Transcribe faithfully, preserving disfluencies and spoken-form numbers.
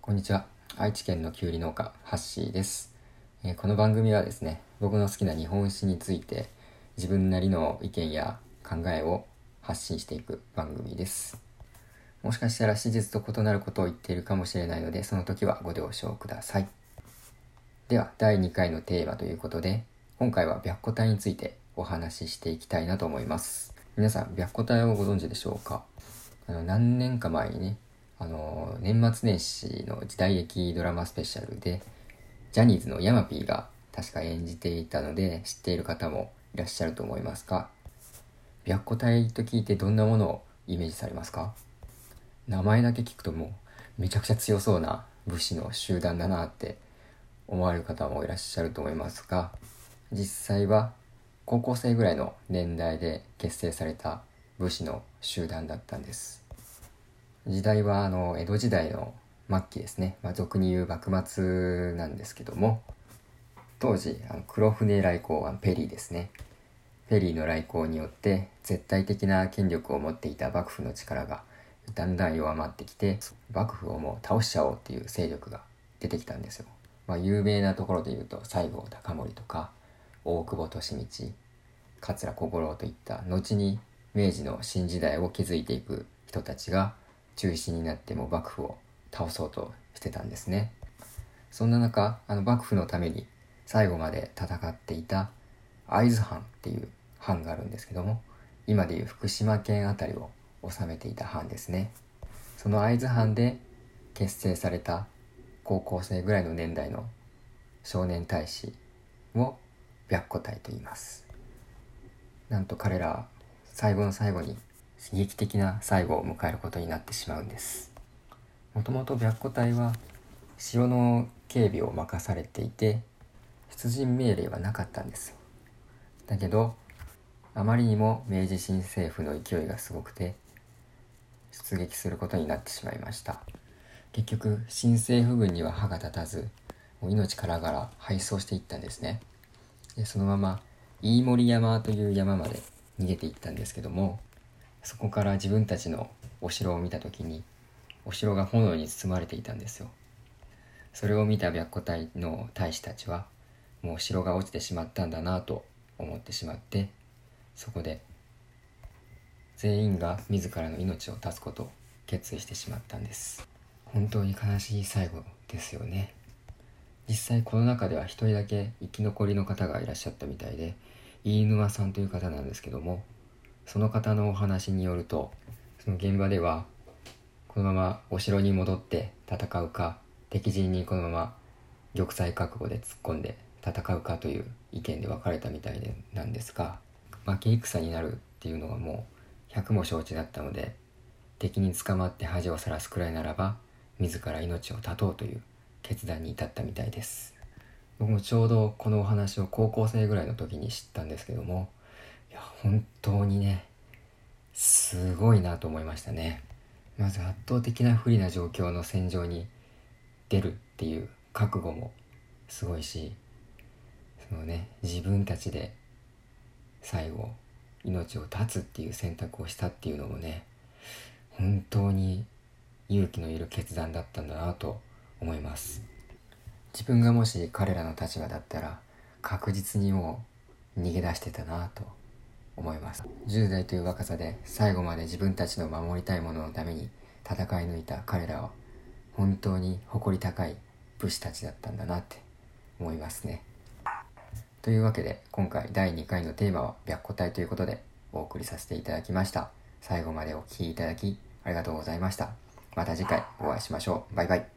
こんにちは。愛知県のきゅうり農家ハッシーです、えー、この番組はですね、僕の好きな日本史について自分なりの意見や考えを発信していく番組です。もしかしたら史実と異なることを言っているかもしれないので、その時はご了承ください。ではだいにかいのテーマということで、今回は白虎隊についてお話ししていきたいなと思います。皆さん白虎隊をご存知でしょうか？あの何年か前にね、あの年末年始の時代劇ドラマスペシャルでジャニーズのヤマピーが確か演じていたので、知っている方もいらっしゃると思いますが、白虎隊と聞いてどんなものをイメージされますか？名前だけ聞くともうめちゃくちゃ強そうな武士の集団だなって思われる方もいらっしゃると思いますが、実際は高校生ぐらいの年代で結成された武士の集団だったんです。時代はあの江戸時代の末期ですね、まあ、俗に言う幕末なんですけども、当時あの黒船来航、ペリーですね、ペリーの来航によって絶対的な権力を持っていた幕府の力がだんだん弱まってきて、幕府をもう倒しちゃおうっていう勢力が出てきたんですよ。まあ、有名なところで言うと西郷隆盛とか大久保利通、桂小五郎といった後に明治の新時代を築いていく人たちが中心になっても幕府を倒そうとしてたんですね。そんな中、あの幕府のために最後まで戦っていた会津藩っていう藩があるんですけども、今でいう福島県あたりを治めていた藩ですね。その会津藩で結成された高校生ぐらいの年代の少年隊士を白虎隊と言います。なんと彼ら最後の最後に悲劇的な最後を迎えることになってしまうんです。もともと白虎隊は城の警備を任されていて、出陣命令はなかったんですよ。だけどあまりにも明治新政府の勢いがすごくて出撃することになってしまいました。結局新政府軍には歯が立たず、もう命からがら敗走していったんですね。でそのまま飯盛山という山まで逃げていったんですけども、そこから自分たちのお城を見た時にお城が炎に包まれていたんですよ。それを見た白虎隊の隊士たちはもう城が落ちてしまったんだなと思ってしまって、そこで全員が自らの命を絶つことを決意してしまったんです。本当に悲しい最後ですよね。実際この中では一人だけ生き残りの方がいらっしゃったみたいで、飯沼さんという方なんですけども、その方のお話によると、その現場ではこのままお城に戻って戦うか、敵陣にこのまま玉砕覚悟で突っ込んで戦うかという意見で分かれたみたいでなんですが、負け戦になるっていうのがもう百も承知だったので、敵に捕まって恥をさらすくらいならば自ら命を絶とうという決断に至ったみたいです。僕もちょうどこのお話を高校生ぐらいの時に知ったんですけども、いや本当にねすごいなと思いましたね。まず圧倒的な不利な状況の戦場に出るっていう覚悟もすごいし、そのね自分たちで最後命を絶つっていう選択をしたっていうのもね、本当に勇気のいる決断だったんだなと思います。自分がもし彼らの立場だったら確実にもう逃げ出してたなと思います。じゅう代という若さで最後まで自分たちの守りたいもののために戦い抜いた彼らは本当に誇り高い武士たちだったんだなって思いますね。というわけで今回だいにかいのテーマは白虎隊ということでお送りさせていただきました。最後までお聞きいただきありがとうございました。また次回お会いしましょう。バイバイ。